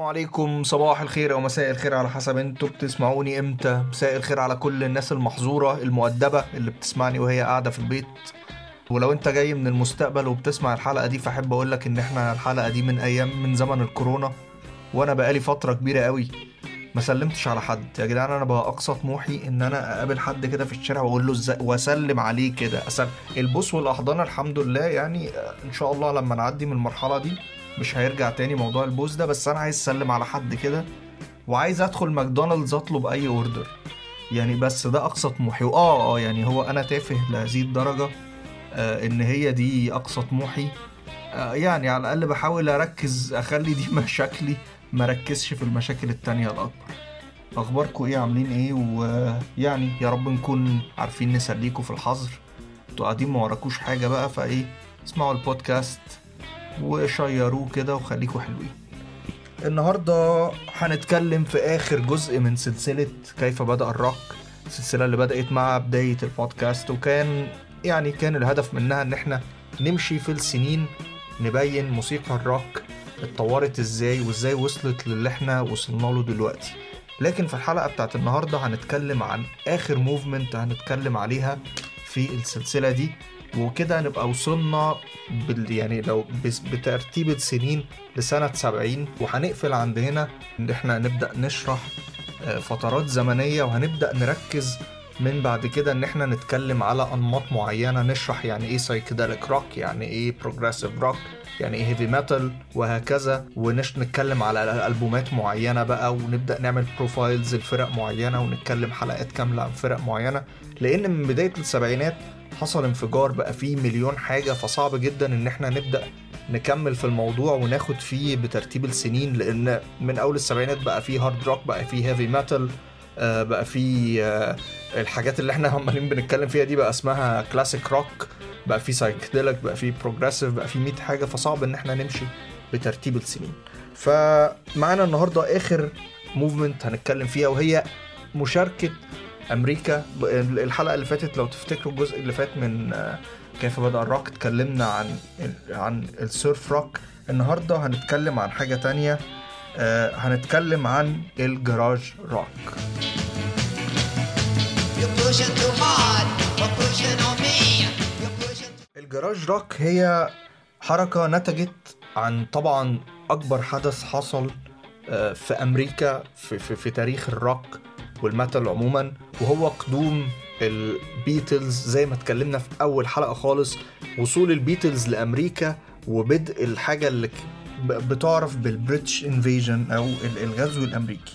عليكم، صباح الخير او مساء الخير على حسب انتوا بتسمعوني امتى. مساء الخير على كل الناس المحظورة المؤدبة اللي بتسمعني وهي قاعدة في البيت. ولو انت جاي من المستقبل وبتسمع الحلقة دي فاحب اقولك ان احنا الحلقة دي من زمن الكورونا، وانا بقالي فترة كبيرة قوي ما سلمتش على حد. يا جدعان انا بقى اقصى طموحي ان انا اقابل حد كده في الشارع واقول له ازاي واسلم عليه كده. البوس والاحضان الحمد لله يعني ان شاء الله لما نعدي من المرحلة دي مش هيرجع تاني موضوع البوس ده. بس انا عايز اسلم على حد كده، وعايز ادخل ماكدونالدز اطلب اي اوردر يعني. بس ده اقصى طموحي. يعني هو انا تافه لهذه الدرجة ان هي دي اقصى طموحي. يعني على الاقل بحاول اركز اخلي دي مشاكلي، ما ركزش في المشاكل التانية الاكبر. اخباركم ايه؟ عاملين ايه؟ ويعني يا رب نكون عارفين نسليكوا في الحظر. انتوا قاعدين ما وراكوش حاجة بقى، فايه اسمعوا البودكاست وشيروه كده وخليكوا حلوين. النهاردة هنتكلم في آخر جزء من سلسلة كيف بدأ الروك، السلسلة اللي بدأت مع بداية البودكاست، وكان كان الهدف منها ان احنا نمشي في السنين نبين موسيقى الروك اتطورت ازاي وازاي وصلت للي احنا وصلنا له دلوقتي. لكن في الحلقة بتاعت النهاردة هنتكلم عن آخر موفمنت هنتكلم عليها في السلسلة دي، وكده نبقى وصلنا لو بترتيب السنين لسنة 70. وهنقفل عند هنا ان احنا نبدأ نشرح فترات زمنية، وهنبدأ نركز من بعد كده ان احنا نتكلم على انماط معينة، نشرح يعني ايه سايكيديليك روك، يعني ايه بروجريسيف روك، يعني ايه هيفي ميتال، وهكذا. نتكلم على ألبومات معينة بقى، ونبدأ نعمل بروفايلز لفرق معينة، ونتكلم حلقات كاملة عن فرق معينة. لان من بداية السبعينات حصل انفجار، بقى فيه مليون حاجة، فصعب جدا ان احنا نبدأ نكمل في الموضوع وناخد فيه بترتيب السنين. لان من اول السبعينات بقى فيه هارد روك، بقى فيه هيفي ميتال، بقى فيه الحاجات اللي احنا عمالين بنتكلم فيها دي بقى اسمها كلاسيك روك، بقى فيه سايكيديليك، بقى فيه بروجريسيف، بقى فيه 100 حاجة. فصعب ان احنا نمشي بترتيب السنين. فمعنا النهاردة اخر موفمنت هنتكلم فيها، وهي مشاركة امريكا. الحلقة اللي فاتت لو تفتكروا الجزء اللي فات من كيف بدأ الروك اتكلمنا عن السيرف روك. النهاردة هنتكلم عن حاجة تانية، هنتكلم عن الجراج روك. الجراج روك هي حركة نتجت عن طبعا أكبر حدث حصل في أمريكا في تاريخ الروك والميتال عموما، وهو قدوم البيتلز. زي ما اتكلمنا في أول حلقة خالص، وصول البيتلز لأمريكا وبدء الحاجة اللي بتعرف بالبريتش انفيجن أو الغزو الأمريكي.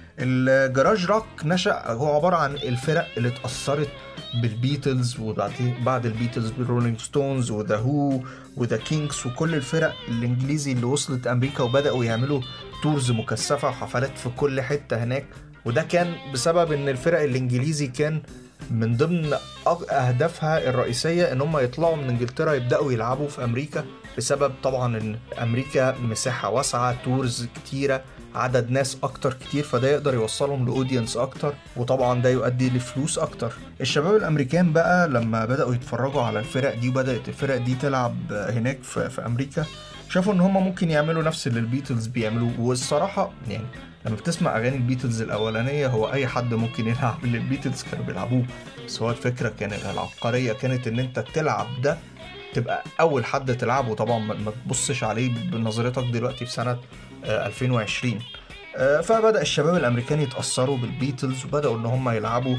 الجراج روك نشأ، هو عبارة عن الفرق اللي اتأثرت بالبيتلز، وبعد البيتلز بالرولينج ستونز وذا هو وذا كينجز وكل الفرق الانجليزي اللي وصلت امريكا، وبدأوا يعملوا تورز مكثفة وحفلات في كل حتة هناك. وده كان بسبب ان الفرق الانجليزي كان من ضمن اهدافها الرئيسية ان هم يطلعوا من انجلترا يبدأوا يلعبوا في امريكا، بسبب طبعا ان امريكا مساحة واسعة، تورز كتيرة، عدد ناس اكتر كتير، فده يقدر يوصلهم لاودينس اكتر، وطبعا ده يؤدي لفلوس اكتر. الشباب الامريكان بقى لما بدأوا يتفرجوا على الفرق دي وبدأت الفرق دي تلعب هناك في امريكا، شافوا ان هم ممكن يعملوا نفس اللي البيتلز بيعملوه. والصراحة يعني لما بتسمع اغاني البيتلز الاولانية، هو اي حد ممكن يلعب اللي البيتلز كانوا بيلعبوه. بس هو الفكرة كانت العبقرية كانت ان انت تلعب ده، تبقى اول حد تلعبه. طبعا ما تبصش عليه بنظرتك دلوقتي في سنة 2020. فبدأ الشباب الامريكان يتأثروا بالبيتلز، وبدأوا ان هم يلعبوا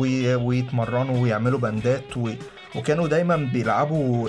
ويتمرنوا ويعملوا باندات، وكانوا دايما بيلعبوا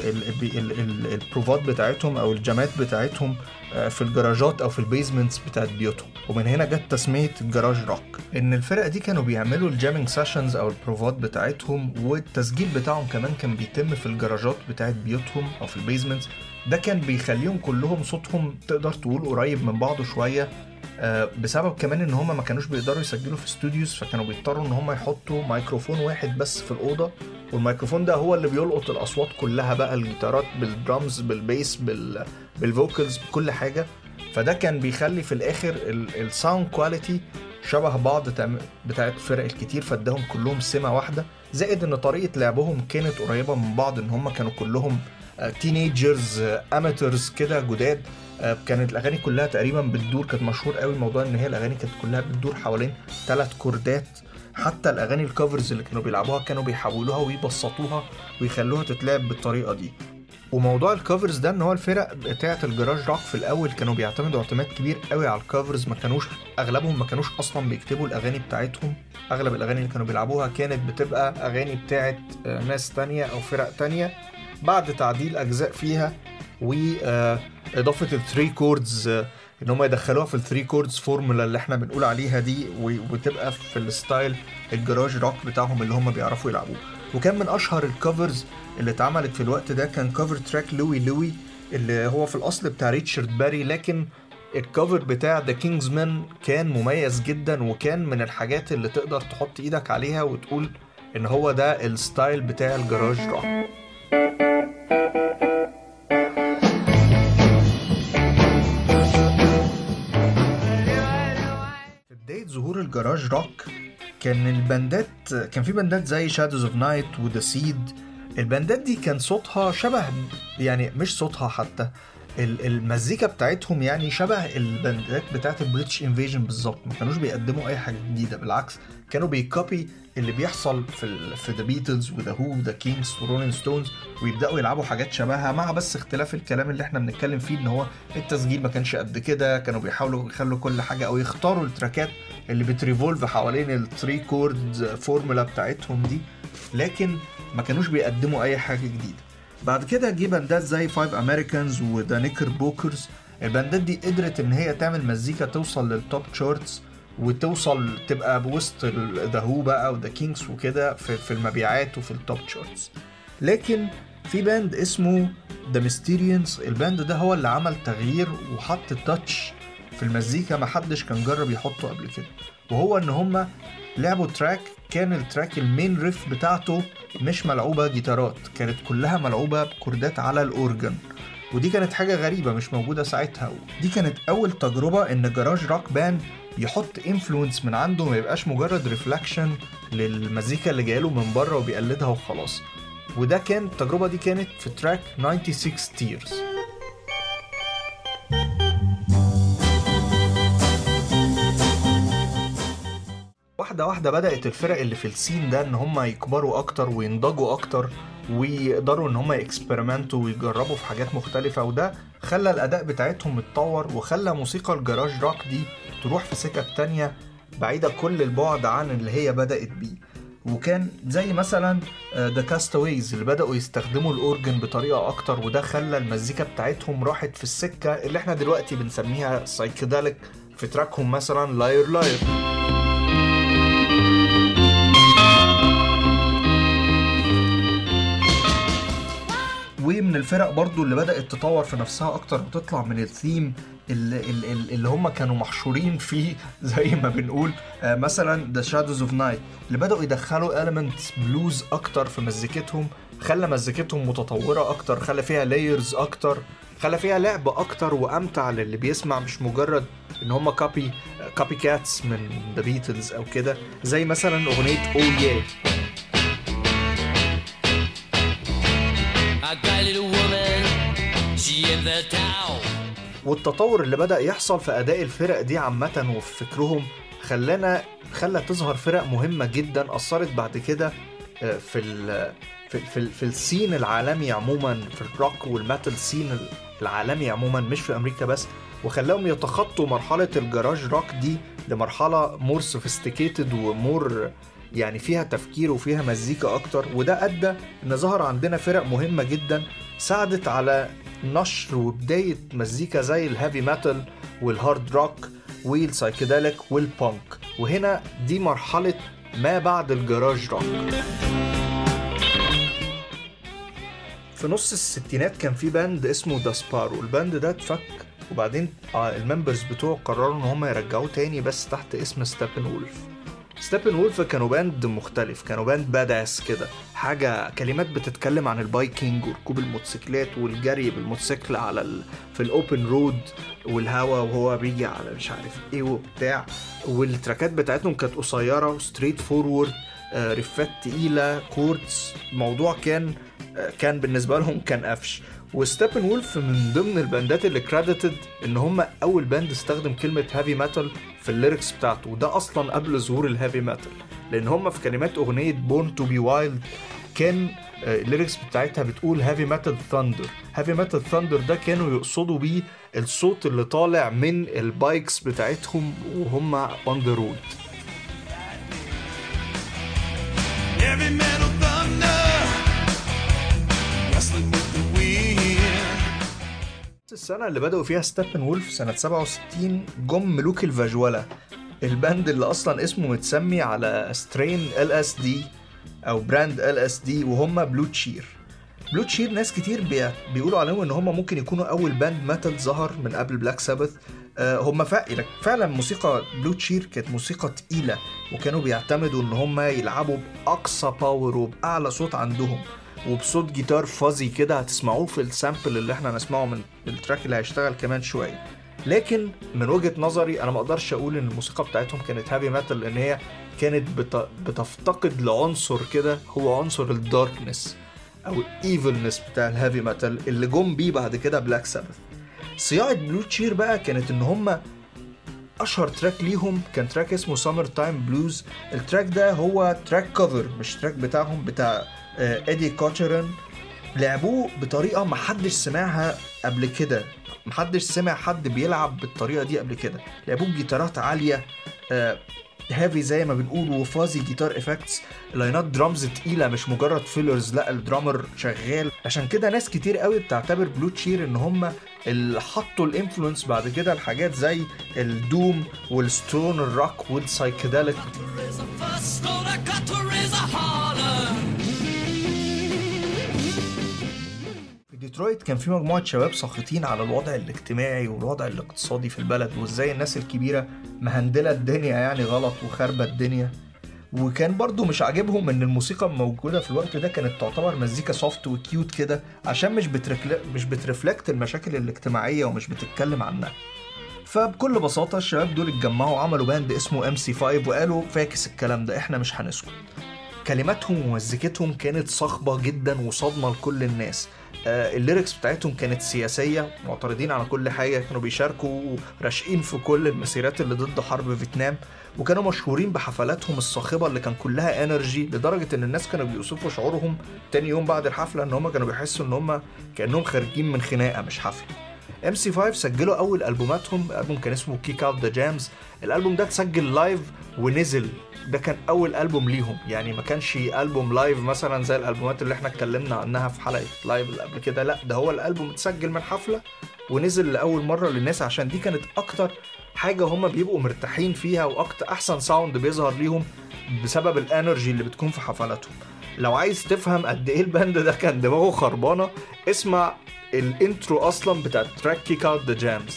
البروفات بتاعتهم او الجامات بتاعتهم في الجراجات او في البيزمنتس بتاعت بيوتهم. ومن هنا جت تسمية الجراج روك، ان الفرق دي كانوا بيعملوا الجامينج سيشنز او البروفات بتاعتهم، والتسجيل بتاعهم كمان كان بيتم في الجراجات بتاعت بيوتهم او في البيزمنتس. ده كان بيخليهم كلهم صوتهم تقدر تقول قريب من بعضه شوية، بسبب كمان ان هم ما كانوش بيقدروا يسجلوا في استوديوز، فكانوا بيضطروا ان هم يحطوا مايكروفون واحد بس في الأوضة، والميكروفون ده هو اللي بيلقط الأصوات كلها بقى، الجيتارات بالدرامز بالبيس بالفوكلز بكل حاجة. فده كان بيخلي في الآخر الساوند كواليتي شبه بعض بتاعت فرق الكتير، فادهم كلهم سمة واحدة. زائد ان طريقة لعبهم كانت قريبة من بعض، ان هم كانوا كلهم تينيجرز اماتورز كده جداد، كانت الاغاني كلها تقريبا بتدور، كانت مشهور قوي موضوع ان هي الاغاني كانت كلها بتدور حوالين 3 كوردات. حتى الاغاني الكفرز اللي كانوا بيلعبوها كانوا بيحولوها ويبسطوها ويخلوها تتلعب بالطريقه دي. وموضوع الكفرز ده ان هو الفرق بتاعه الجراج روك في الاول كانوا بيعتمدوا اعتماد كبير قوي على الكفرز، اغلبهم ما كانوش اصلا بيكتبوا الاغاني بتاعتهم. اغلب الاغاني اللي كانوا بيلعبوها كانت بتبقى اغاني بتاعه ناس تانية او فرق تانية بعد تعديل اجزاء فيها واضافه الثري كوردز، ان هم يدخلوها في الثري كوردز فورمولا اللي احنا بنقول عليها دي، وتبقى في الستايل الجراج روك بتاعهم اللي هم بيعرفوا يلعبوه. وكان من اشهر الكفرز اللي اتعملت في الوقت ده كان كفر تراك لوي اللي هو في الاصل بتاع ريتشارد باري، لكن الكفر بتاع ذا كينجزمان كان مميز جدا، وكان من الحاجات اللي تقدر تحط ايدك عليها وتقول ان هو ده الستايل بتاع الجراج روك. في بداية ظهور الجراج روك كان في باندات زي شادوز اوف نايت وذا سيد. الباندات دي كان صوتها شبه، يعني مش صوتها حتى، المزيكا بتاعتهم يعني شبه الباندات بتاعت البريتش انفيجن بالظبط. ما كانوش بيقدموا اي حاجه جديده، بالعكس كانوا بيكوبي اللي بيحصل في ذا بيتلز وذا هو وذا كينجز ورولينج ستونز، ويبداوا يلعبوا حاجات شبهها، مع بس اختلاف الكلام اللي احنا بنتكلم فيه ان هو التسجيل ما كانش قد كده. كانوا بيحاولوا يخلوا كل حاجه او يختاروا التراكات اللي بتريفولف حوالين الثري كورد فورمولا بتاعتهم دي، لكن ما كانوش بيقدموا اي حاجه جديده. بعد كده جه باندات زي 5 امريكانز وذا نيكر بوكرز. الباندات دي قدرت ان هي تعمل مزيكا توصل للتوب تشارتس، وتوصل تبقى بوسط ذا هو بقى وذا كينجز وكده في المبيعات وفي التوب تشارتس. لكن في باند اسمه ذا ميستيريانز، الباند ده هو اللي عمل تغيير وحط تاتش في المزيكا ما حدش كان جرب يحطه قبل كده، وهو ان هم لعبوا تراك كان التراك المين ريف بتاعته مش ملعوبة جيتارات، كانت كلها ملعوبة بكوردات على الأورجن، ودي كانت حاجة غريبة مش موجودة ساعتها. دي كانت أول تجربة إن جراج روك باند يحط انفلونس من عنده، ما يبقاش مجرد ريفلكشن للمزيكا اللي جايله من بره وبيقلدها وخلاص. وده كان التجربة دي كانت في تراك 96 Tears. واحدة واحدة بدأت الفرق اللي في السين ده ان هم يكبروا اكتر وينضجوا اكتر، ويقدروا ان هم يكسبيرمنتوا ويجربوا في حاجات مختلفة، وده خلى الاداء بتاعتهم يتطور، وخلى موسيقى الجراج روك دي تروح في سكك تانية بعيدة كل البعد عن اللي هي بدأت بيه. وكان زي مثلا The Castaways اللي بدأوا يستخدموا الأورجن بطريقة أكتر، وده خلى المزيكا بتاعتهم راحت في السكة اللي احنا دلوقتي بنسميها سايكيداليك في تراكهم مثلا لاير لاير. ومن الفرق برضو اللي بدأت تطور في نفسها أكتر وتطلع من الثيم اللي هم كانوا محشورين فيه زي ما بنقول مثلا The Shadows of Night، اللي بدأوا يدخلوا elements بلوز أكتر في مزيكتهم، خلى مزيكتهم متطورة أكتر، خلى فيها layers أكتر، خلى فيها لعب أكتر وأمتع للي بيسمع، مش مجرد إن هم كوبي كاتس من The Beatles أو كده، زي مثلا أغنية Oh Yeah. والتطور اللي بدأ يحصل في أداء الفرق دي عامة وفي فكرهم خلى تظهر فرق مهمة جدا أثرت بعد كده في السين العالمي عموما، في الروك والميتال سين العالمي عموما مش في أمريكا بس، وخلاهم يتخطوا مرحلة الجراج روك دي لمرحلة مور سوفيستيكيتد ومور يعني فيها تفكير وفيها مزيكا أكتر. وده أدى إن ظهر عندنا فرق مهمة جدا ساعدت على نشر وبداية مزيكا زي الهيفي ميتال والهارد روك والسايكيداليك والبانك، وهنا دي مرحلة ما بعد الجراج روك. في نص الستينات كان في باند اسمه ذا سبارو، الباند ده اتفك وبعدين الممبرز بتوعه قرروا ان هم يرجعوه تاني بس تحت اسم ستابن وولف. ستابن وولف كانوا باند مختلف، كانوا باند باداس كده، حاجة كلمات بتتكلم عن البايكينج وركوب الموتوسيكلات والجري بالموتوسيكل في الأوبن رود والهوا وهو بيجي على مش عارف ايه وبتاع، والتراكات بتاعتهم كانت قصيرة وستريت فورورد، ريفات تقيله، كوردز. الموضوع كان بالنسبه لهم كان قفش. وستيبن وولف من ضمن الباندات اللي كريديتد ان هم اول باند استخدم كلمه هافي ميتال في الليركس بتاعته، وده اصلا قبل ظهور الهافي ميتال، لان هم في كلمات اغنيه بورن تو بي وايلد كان الليركس بتاعتها بتقول هافي ميتال ثاندر. هافي ميتال ثاندر ده كانوا يقصدوا بيه الصوت اللي طالع من البايكس بتاعتهم وهم اون ذا رود. السنة اللي بدأوا فيها ستيبن وولف سنة 67 جم ملوك الفاجوالا، الباند اللي أصلا اسمه متسمي على سترين LSD أو براند LSD، وهم بلو تشير. بلو تشير ناس كتير بيقولوا عليهم إن هم ممكن يكونوا أول باند ميتال ظهر من قبل بلاك سابث. هم فعلا موسيقى بلو تشير كانت موسيقى تقيلة، وكانوا بيعتمدوا إن هم يلعبوا بأقصى باور وبأعلى صوت عندهم، وبصوت جيتار فازي كده هتسمعوه في السامبل اللي احنا نسمعه من التراك اللي هيشتغل كمان شوية. لكن من وجهة نظري انا ما اقدرش اقول ان الموسيقى بتاعتهم كانت هافي ميتال، لان هي كانت بتفتقد لعنصر كده، هو عنصر الداركنس او الايفلنس بتاع الهافي ميتال اللي جم بيه بعد كده بلاك سابث. صياعة بلو تشير بقى كانت ان هم اشهر تراك ليهم كان تراك اسمه سامر تايم بلوز. التراك ده هو تراك كفر مش تراك بتاعهم، بتاع إيدي كوتشرن. لعبوه بطريقة محدش سمعها قبل كده، محدش سمع حد بيلعب بالطريقة دي قبل كده. لعبوه بجيتارات عالية هافي زي ما بنقول، وفازي جيتار افكتس، لاينات درامز تقيلة مش مجرد فيلرز، لا الدرامر شغال. عشان كده ناس كتير قوي بتعتبر بلو تشير ان هم اللي حطوا الانفلونس بعد كده الحاجات زي الدوم والستون الروك والسايكيديليك. ديترويت كان في مجموعة شباب ساخطين على الوضع الاجتماعي والوضع الاقتصادي في البلد، وازاي الناس الكبيرة مهندلة الدنيا يعني غلط وخربة الدنيا. وكان برضو مش عاجبهم ان الموسيقى الموجودة في الوقت ده كانت تعتبر مزيكا سوفت وكيوت كده، عشان مش بترفلكت المشاكل الاجتماعية ومش بتتكلم عنها. فبكل بساطة الشباب دول اتجمعوا وعملوا باند اسمه MC5 وقالوا فاكس الكلام ده، احنا مش هنسكت. كلماتهم ومزيكتهم كانت صخبة جدا وصدمة لكل الناس. الليركس بتاعتهم كانت سياسية، معترضين على كل حاجة، كانوا بيشاركوا راشقين في كل المسيرات اللي ضد حرب فيتنام، وكانوا مشهورين بحفلاتهم الصاخبة اللي كان كلها انرجي، لدرجة ان الناس كانوا بيوصفوا شعورهم تاني يوم بعد الحفلة ان هم كانوا بيحسوا ان هم كأنهم خارجين من خناقة مش حفلة. MC5 سجلوا اول ألبوماتهم، ألبوم كان اسمه كيك اوت ذا جامز. الألبوم ده اتسجل لايف ونزل، ده كان اول ألبوم ليهم، يعني ما كانش ألبوم لايف مثلا زي الألبومات اللي احنا اتكلمنا عنها في حلقة لايف اللي قبل كده، لا ده هو الألبوم اتسجل من حفلة ونزل لأول مرة للناس، عشان دي كانت اكتر حاجة هم بيبقوا مرتاحين فيها، واكتر احسن ساوند بيظهر ليهم بسبب الانرجي اللي بتكون في حفلاتهم. لو عايز تفهم قد ايه الباند ده كان دماغه خربانة، اسمع الانترو اصلا بتاع تراك كيك اوت ذا جامز.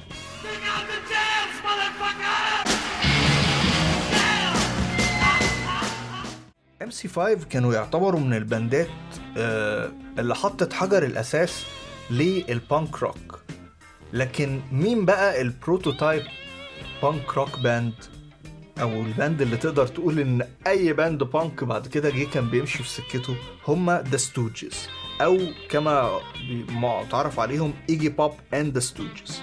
MC5 كانوا يعتبروا من الباندات اللي حطت حجر الاساس للبانك روك. لكن مين بقى البروتوتايب بانك روك باند، او الباند اللي تقدر تقول ان اي باند بانك بعد كده جه كان بيمشي في سكته؟ هما The Stooges، او كما معترف عليهم إيجي بوب اند The Stooges.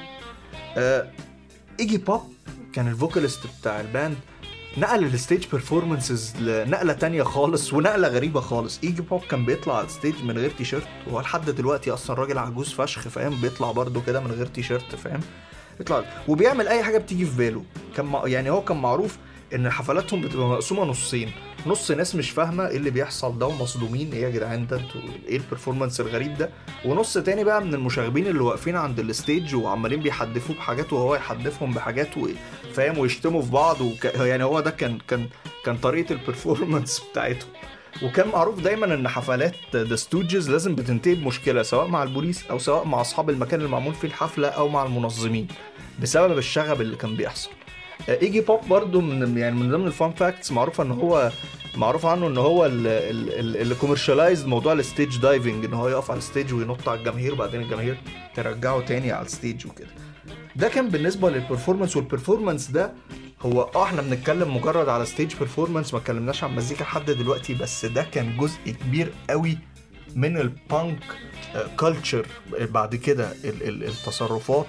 إيجي بوب كان الفوكاليست بتاع الباند، نقل الستيج بيرفورمانسز لنقله تانية خالص ونقله غريبه خالص. إيجي بوب كان بيطلع على الستيج من غير تيشيرت، وهو لحد دلوقتي اصلا راجل عجوز فشخ فاهم، بيطلع برضو كده من غير تيشيرت فاهم، يطلع وبيعمل اي حاجه بتيجي في باله. يعني هو كان معروف ان حفلاتهم بتبقى مقسومه نصين، نص ناس مش فاهمه ايه اللي بيحصل ده ومصدومين ايه يا جدعان ده انتوا ايه البرفورمانس الغريب ده، ونص تاني بقى من المشاغبين اللي واقفين عند الستيج وعمالين بيحدفوه بحاجات وهو يحدفهم بحاجات فاهم، ويشتموا في بعض يعني هو ده كان طريقه البرفورمانس بتاعتهم. وكان معروف دايما ان حفلات The Stooges لازم بتنتهي بمشكله، سواء مع البوليس او سواء مع اصحاب المكان اللي معمول فيه الحفله او مع المنظمين، بسبب الشغب اللي كان بيحصل. إيجي بوب برضو من ضمن الفان فاكتس معروف عنه ان هو اللي كوميرشالايزد موضوع الستيج دايفنج، ان هو يقف على الستيج وينط على الجماهير وبعدين الجماهير ترجعه تاني على الستيج وكده. ده كان بالنسبه للبرفورمانس. والبرفورمانس ده هو احنا بنتكلم مجرد على ستيج برفورمانس، ما اتكلمناش عن مزيكا لحد دلوقتي، بس ده كان جزء كبير قوي من البانك كلتشر. بعد كده التصرفات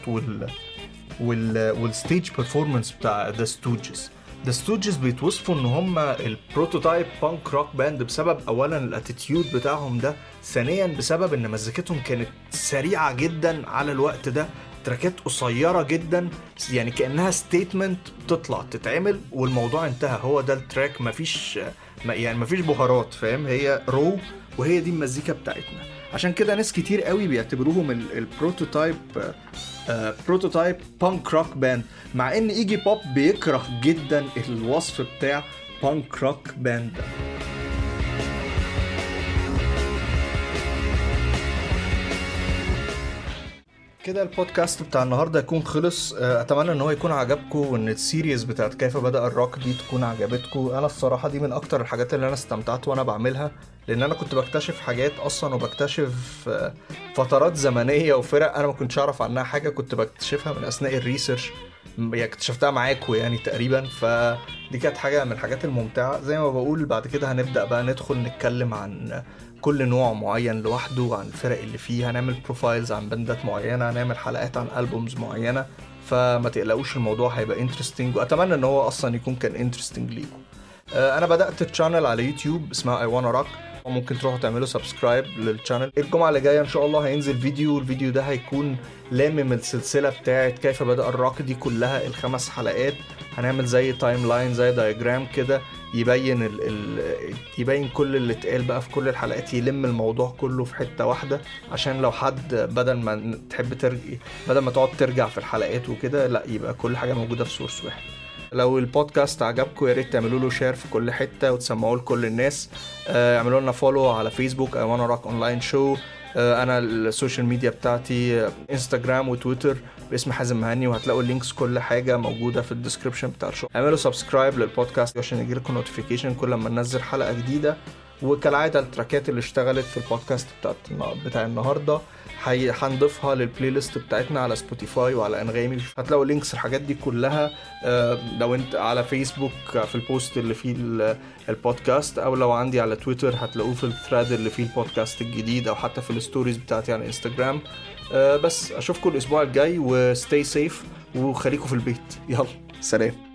والستيج برفورمانس بتاع ذا ستوجز. ذا ستوجز بيتوصفوا ان هم البروتوتايب بانك روك باند بسبب اولا الاتيتيود بتاعهم ده، ثانيا بسبب ان مزيكتهم كانت سريعه جدا على الوقت ده، تراكات قصيره جدا، يعني كانها ستيتمنت تطلع تتعمل والموضوع انتهى. هو ده التراك، مفيش بهارات، فاهم؟ هي رو، وهي دي المزيكا بتاعتنا. عشان كده ناس كتير قوي بيعتبروهم البروتوتايب بانك روك باند، مع ان ايجي بوب بيكره جدا الوصف بتاع بانك روك باند ده. كده البودكاست بتاع النهارده يكون خلص. اتمنى ان هو يكون عجبكم، وان السيريز بتاعت كيف بدأ الروك دي تكون عجبتكم. انا الصراحه دي من اكتر الحاجات اللي انا استمتعت وانا بعملها، لان انا كنت بكتشف حاجات اصلا، وبكتشف فترات زمنيه وفرق انا ما كنتش اعرف عنها حاجه، كنت بكتشفها من اثناء الريسيرش، يعني اكتشفتها معاكم يعني تقريبا. فدي كانت حاجه من الحاجات الممتعه. زي ما بقول بعد كده هنبدأ بقى ندخل نتكلم عن كل نوع معين لوحده، عن الفرق اللي فيه، هنعمل بروفايلز عن باندات معينة، هنعمل حلقات عن ألبومز معينة. فما تقلقوش، الموضوع هيبقى انترستينج، وأتمنى ان هو أصلا يكون كان انترستينج ليكم. أنا بدأت تشانل على يوتيوب اسمها I Wanna Rock، وممكن تروحوا تعملوا سبسكرايب للشانل. الجمعة اللي جاية ان شاء الله هينزل الفيديو ده هيكون لامم السلسلة بتاعت كيف بدأ الروك دي كلها، ال5 حلقات. هنعمل زي تايم لاين، زي دايجرام كده، يبين كل اللي اتقال بقى في كل الحلقات، يلم الموضوع كله في حتة واحدة، عشان لو حد بدل ما تقعد ترجع في الحلقات وكده، لا، يبقى كل حاجة موجودة في سورس واحد. لو البودكاست عجبكم يا ريت تعملوا له شير في كل حتة وتسمعوه لكل الناس. اعملوا لنا فولو على فيسبوك I Wanna Rock Online Show. انا السوشيال ميديا بتاعتي انستجرام وتويتر باسم حازم مهني، وهتلاقوا اللينكس كل حاجه موجوده في الديسكريبشن بتاع الشو. اعملوا سبسكرايب للبودكاست عشان يجيلكم نوتيفيكيشن كل ما ننزل حلقه جديده. وكالعاده التراكات اللي اشتغلت في البودكاست بتاع النهارده هنضيفها للبلاي ليست بتاعتنا على سبوتيفاي وعلى انغامي. هتلاقوا لينكس الحاجات دي كلها لو انت على فيسبوك في البوست اللي فيه البودكاست، او لو عندي على تويتر هتلاقوه في الثريد اللي فيه البودكاست الجديد، او حتى في الستوريز بتاعتي على انستجرام. بس اشوفكم الاسبوع الجاي، وستي سيف، وخليكم في البيت. يلا سلام.